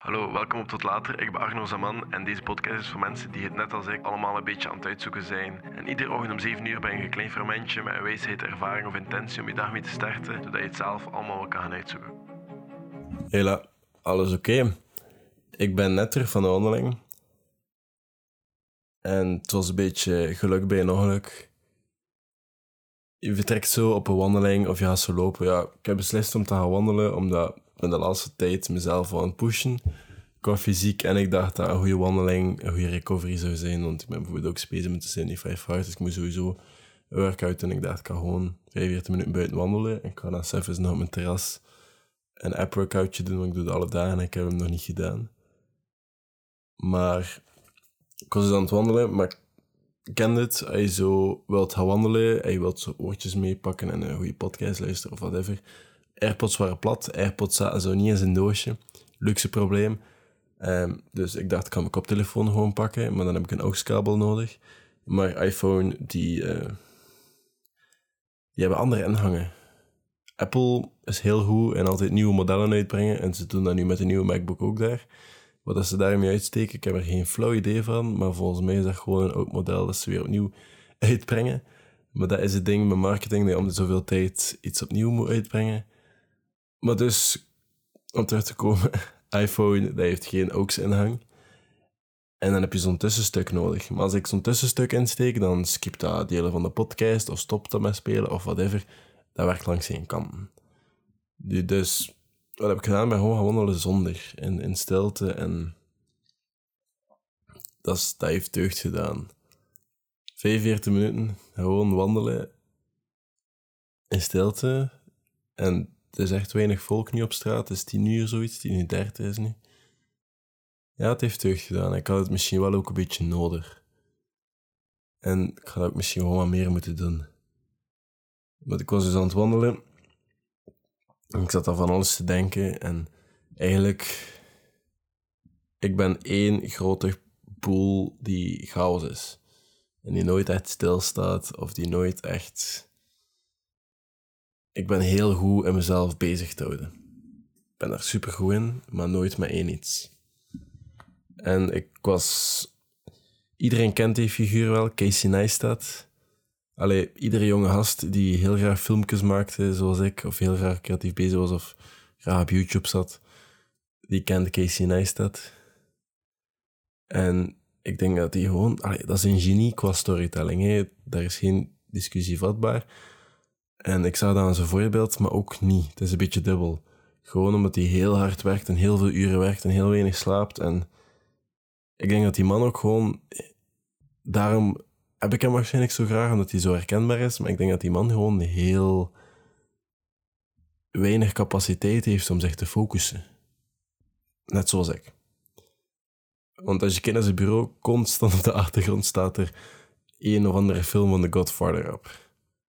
Hallo, welkom op Tot Later. Ik ben Arno Zaman en deze podcast is voor mensen die het net als ik allemaal een beetje aan het uitzoeken zijn. En iedere ochtend om 7 uur ben je een klein fermentje met een wijsheid, ervaring of intentie om je dag mee te starten, zodat je het zelf allemaal wel kan gaan uitzoeken. Hela, alles oké? Ik ben net terug van de wandeling. En het was een beetje geluk bij een ongeluk. Je vertrekt zo op een wandeling of je gaat zo lopen. Ja, ik heb beslist om te gaan wandelen, omdat ik in de laatste tijd mezelf wel aan het pushen qua fysiek. En ik dacht dat een goede wandeling een goede recovery zou zijn. Want ik ben bijvoorbeeld ook bezig met de Sydney 500, dus ik moet sowieso een workout. En ik dacht, ik ga gewoon 45 minuten buiten wandelen. En ik ga dan zelfs nog op mijn terras een app-workoutje doen, want ik doe het alle dagen en ik heb hem nog niet gedaan. Maar ik was dus aan het wandelen, maar ik ken dit. Als je zo wilt gaan wandelen en je wilt zo oortjes meepakken en een goede podcast luisteren of whatever. AirPods waren plat, AirPods zaten zo niet in zijn doosje. Luxe probleem. Dus ik dacht, ik kan mijn koptelefoon gewoon pakken, maar dan heb ik een AUX-kabel nodig. Maar iPhone, die hebben andere ingangen. Apple is heel goed en altijd nieuwe modellen uitbrengen. En ze doen dat nu met de nieuwe MacBook ook daar. Wat ze daarmee uitsteken, ik heb er geen flauw idee van. Maar volgens mij is dat gewoon een oud model dat ze weer opnieuw uitbrengen. Maar dat is het ding met marketing, dat je om de zoveel tijd iets opnieuw moet uitbrengen. Maar dus, om terug te komen, iPhone, dat heeft geen AUX-ingang. En dan heb je zo'n tussenstuk nodig. Maar als ik zo'n tussenstuk insteek, dan skipt dat delen van de podcast of stopt dat met spelen of whatever. Dat werkt langs geen kanten. Dus wat heb ik gedaan? Ik ben gewoon gaan wandelen zonder, in stilte. En dat heeft deugd gedaan. 45 minuten, gewoon wandelen in stilte. En er is echt weinig volk nu op straat. Het is 10 uur zoiets, 10:30 is nu. Ja, het heeft deugd gedaan. Ik had het misschien wel ook een beetje nodig. En ik ga dat ook misschien gewoon wat meer moeten doen. Want ik was dus aan het wandelen. En ik zat aan van alles te denken. En eigenlijk, ik ben één grote pool die chaos is. En die nooit echt stilstaat. Of die nooit echt... Ik ben heel goed in mezelf bezig te houden. Ik ben daar super goed in, maar nooit met één iets. En ik was... Iedereen kent die figuur wel, Casey Neistat. Allee, iedere jonge gast die heel graag filmpjes maakte, zoals ik, of heel graag creatief bezig was, of graag op YouTube zat, die kent Casey Neistat. En ik denk dat die gewoon... Allee, dat is een genie qua storytelling, hè. Daar is geen discussie vatbaar. En ik zag dat aan zijn voorbeeld, maar ook niet. Het is een beetje dubbel. Gewoon omdat hij heel hard werkt en heel veel uren werkt en heel weinig slaapt. En ik denk dat die man ook gewoon... Daarom heb ik hem waarschijnlijk zo graag, omdat hij zo herkenbaar is. Maar ik denk dat die man gewoon heel weinig capaciteit heeft om zich te focussen. Net zoals ik. Want als je kijkt naar zijn bureau, constant op de achtergrond staat er een of andere film van The Godfather op.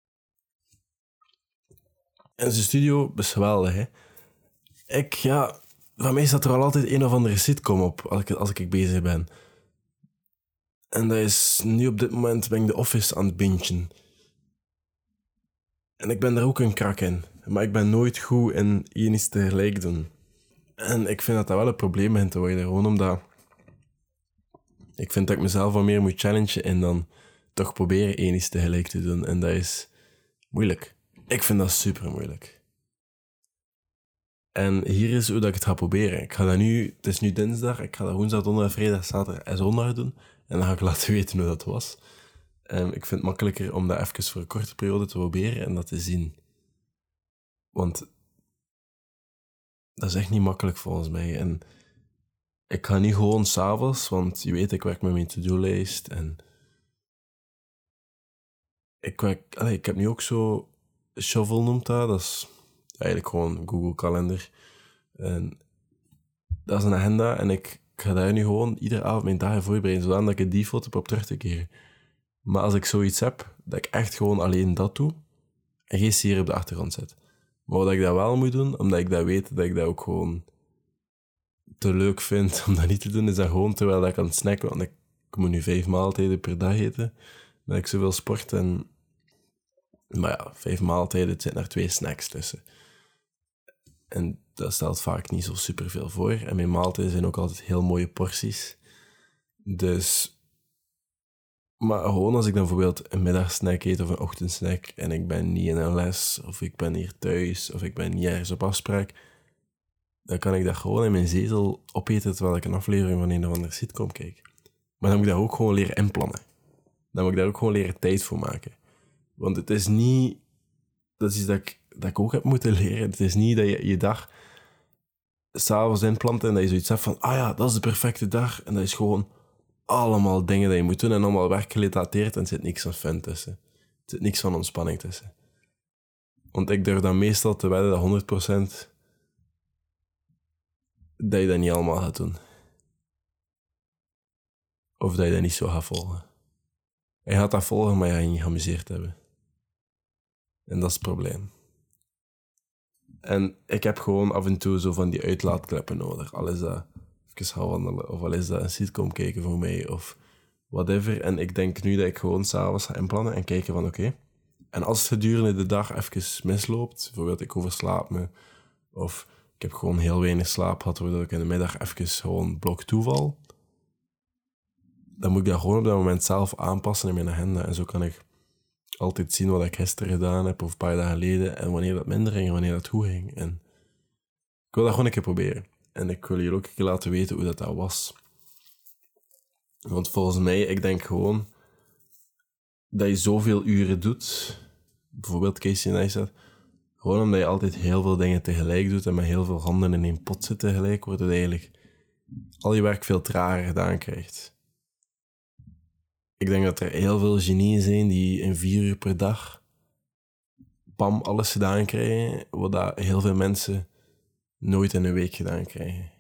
En zijn studio is geweldig, hè. Van mij staat er al altijd een of andere sitcom op als ik bezig ben. En dat is nu op dit moment ben ik The Office aan het bingen. En ik ben daar ook een krak in. Maar ik ben nooit goed in één iets tegelijk doen. En ik vind dat wel een probleem begint te worden. Gewoon omdat ik vind dat ik mezelf wat meer moet challengen en dan toch proberen één iets tegelijk te doen. En dat is moeilijk. Ik vind dat super moeilijk. En hier is hoe dat ik het ga proberen. Het is nu dinsdag, ik ga dat woensdag, donderdag, vrijdag, zaterdag en zondag doen. En dan ga ik laten weten hoe dat was. Ik vind het makkelijker om dat even voor een korte periode te proberen en dat te zien. Want dat is echt niet makkelijk volgens mij. En ik ga niet gewoon 's avonds, want je weet, ik werk met mijn to-do-lijst. En ik heb nu ook zo... Shuffle noemt dat. Dat is eigenlijk gewoon Google Calendar. En dat is een agenda en ik ga daar nu gewoon iedere avond mijn dagen voorbereiden, zodat ik het default heb op terug te keren. Maar als ik zoiets heb, dat ik echt gewoon alleen dat doe en geen serie op de achtergrond zet. Maar wat ik dat wel moet doen, omdat ik dat weet, dat ik dat ook gewoon te leuk vind om dat niet te doen, is dat gewoon terwijl ik aan het snacken, want ik moet nu 5 maaltijden per dag eten, dat ik zoveel sport maar ja, 5 maaltijden, het zitten er 2 snacks tussen. En dat stelt vaak niet zo superveel voor. En mijn maaltijden zijn ook altijd heel mooie porties. Dus... Maar gewoon als ik dan bijvoorbeeld een middagsnack eet of een ochtendsnack en ik ben niet in een les, of ik ben hier thuis, of ik ben niet ergens op afspraak, dan kan ik dat gewoon in mijn zetel opeten terwijl ik een aflevering van een of andere sitcom kijk. Maar dan moet ik dat ook gewoon leren inplannen. Dan moet ik daar ook gewoon leren tijd voor maken. Want het is niet... Dat is iets dat ik ook heb moeten leren. Het is niet dat je dag 's avonds inplant en dat je zoiets hebt van, ah ja, dat is de perfecte dag. En dat is gewoon allemaal dingen dat je moet doen en allemaal werkgerelateerd en er zit niks van fun tussen. Er zit niks van ontspanning tussen. Want ik durf dan meestal te wedden dat 100% dat je dat niet allemaal gaat doen. Of dat je dat niet zo gaat volgen. Je gaat dat volgen, maar je gaat je niet geamuseerd hebben. En dat is het probleem. En ik heb gewoon af en toe zo van die uitlaatkleppen nodig. Al is dat even gaan wandelen, of al is dat een sitcom kijken voor mij, of whatever. En ik denk nu dat ik gewoon s'avonds ga inplannen en kijken van oké. En als het gedurende de dag even misloopt, bijvoorbeeld ik overslaap me, of ik heb gewoon heel weinig slaap gehad, waardoor ik in de middag even gewoon blok toeval, dan moet ik dat gewoon op dat moment zelf aanpassen in mijn agenda. En zo kan ik altijd zien wat ik gisteren gedaan heb, of een paar dagen geleden, en wanneer dat minder ging en wanneer dat goed ging. En ik wil dat gewoon een keer proberen. En ik wil jullie ook een keer laten weten hoe dat was. Want volgens mij, ik denk gewoon dat je zoveel uren doet, bijvoorbeeld Casey Neistat, gewoon omdat je altijd heel veel dingen tegelijk doet en met heel veel handen in één pot zit tegelijk, wordt het eigenlijk al je werk veel trager gedaan krijgt. Ik denk dat er heel veel genieën zijn die in 4 uur per dag bam, alles gedaan krijgen, wat dat heel veel mensen nooit in een week gedaan krijgen.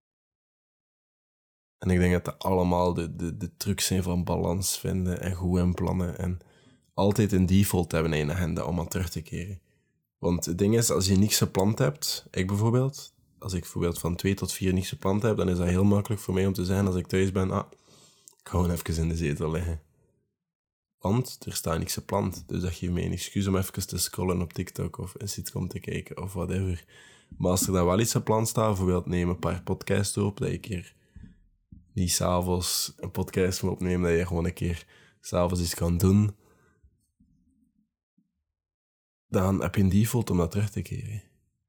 En ik denk dat dat allemaal de trucs zijn van balans vinden en goed inplannen en altijd een default hebben in je agenda om aan terug te keren. Want het ding is, als je niks gepland hebt, ik bijvoorbeeld, als ik bijvoorbeeld van 2 tot 4 niks gepland heb, dan is dat heel makkelijk voor mij om te zeggen als ik thuis ben, ik ga gewoon even in de zetel liggen. Want er staat niks gepland, dus dat geeft mij een excuus om even te scrollen op TikTok of een sitcom te kijken of whatever. Maar als er dan wel iets gepland staat, bijvoorbeeld neem een paar podcasts op, dat je een keer niet 's avonds een podcast moet opnemen, dat je gewoon een keer 's avonds iets kan doen, dan heb je een default om dat terug te keren.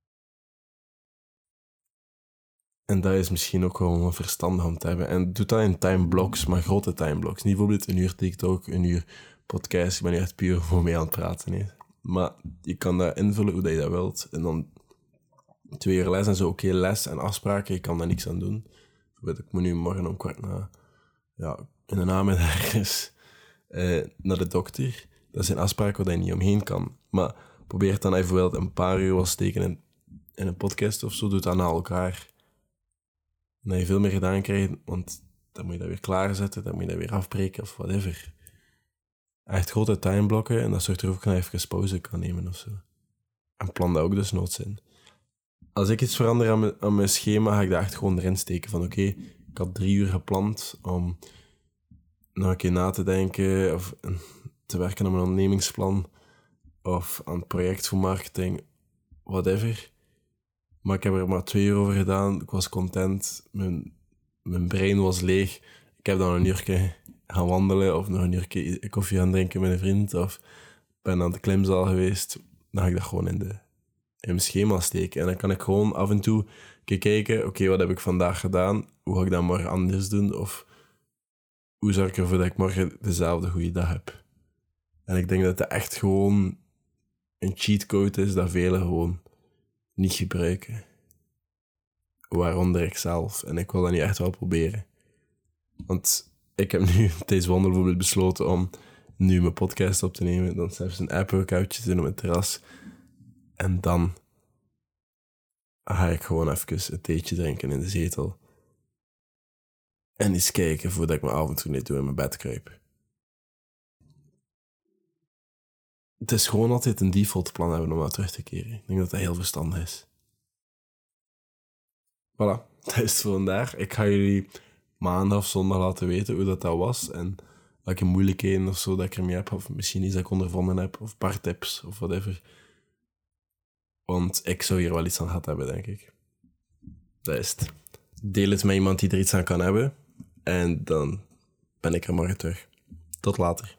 En dat is misschien ook gewoon verstandig om te hebben. En doe dat in timeblocks, maar grote timeblocks. Niet bijvoorbeeld 1 uur TikTok, 1 uur podcast. Ik ben nu echt puur voor mij aan het praten. Hè. Maar je kan dat invullen hoe dat je dat wilt. En dan 2 uur les en zo. Oké, les en afspraken, je kan daar niks aan doen. Bijvoorbeeld, ik moet nu morgen om 15:15, in de namiddag naar de dokter. Dat zijn afspraken waar je niet omheen kan. Maar probeer dan bijvoorbeeld een paar uur wat steken in een podcast of zo. Doe dat na elkaar. En dat je veel meer gedaan krijgt, want dan moet je dat weer klaarzetten, dan moet je dat weer afbreken of whatever. Echt grote timeblokken en dat zorgt er ook dat je even pauze kan nemen of zo. En plan dat ook dus noods in. Als ik iets verander aan mijn schema, ga ik dat echt gewoon erin steken van oké, ik had 3 uur gepland om nog een keer na te denken of te werken aan mijn ondernemingsplan of aan het project voor marketing, whatever. Maar ik heb er maar 2 uur over gedaan. Ik was content. Mijn brein was leeg. Ik heb dan een uurtje gaan wandelen of nog een uurtje koffie gaan drinken met een vriend of ben aan de klimzaal geweest. Dan ga ik dat gewoon in mijn schema steken. En dan kan ik gewoon af en toe kijken, oké, wat heb ik vandaag gedaan? Hoe ga ik dat morgen anders doen? Of hoe zorg ik ervoor dat ik morgen dezelfde goede dag heb? En ik denk dat dat echt gewoon een cheatcode is dat velen gewoon niet gebruiken. Waaronder ik zelf. En ik wil dat niet echt wel proberen. Want ik heb nu tijdens wandelen bijvoorbeeld besloten om nu mijn podcast op te nemen. Dan zelfs een app-workoutje te doen op het terras. En dan ga ik gewoon even een theetje drinken in de zetel. En eens kijken voordat ik me af en toe niet doe in mijn bed kruip. Het is gewoon altijd een default plan hebben om naar terug te keren. Ik denk dat dat heel verstandig is. Voilà, dat is het voor vandaag. Ik ga jullie maandag of zondag laten weten hoe dat was. En welke moeilijkheden of zo dat ik ermee heb. Of misschien iets dat ik ondervonden heb. Of een paar tips of whatever. Want ik zou hier wel iets aan gehad hebben, denk ik. Dat is het. Deel het met iemand die er iets aan kan hebben. En dan ben ik er morgen terug. Tot later.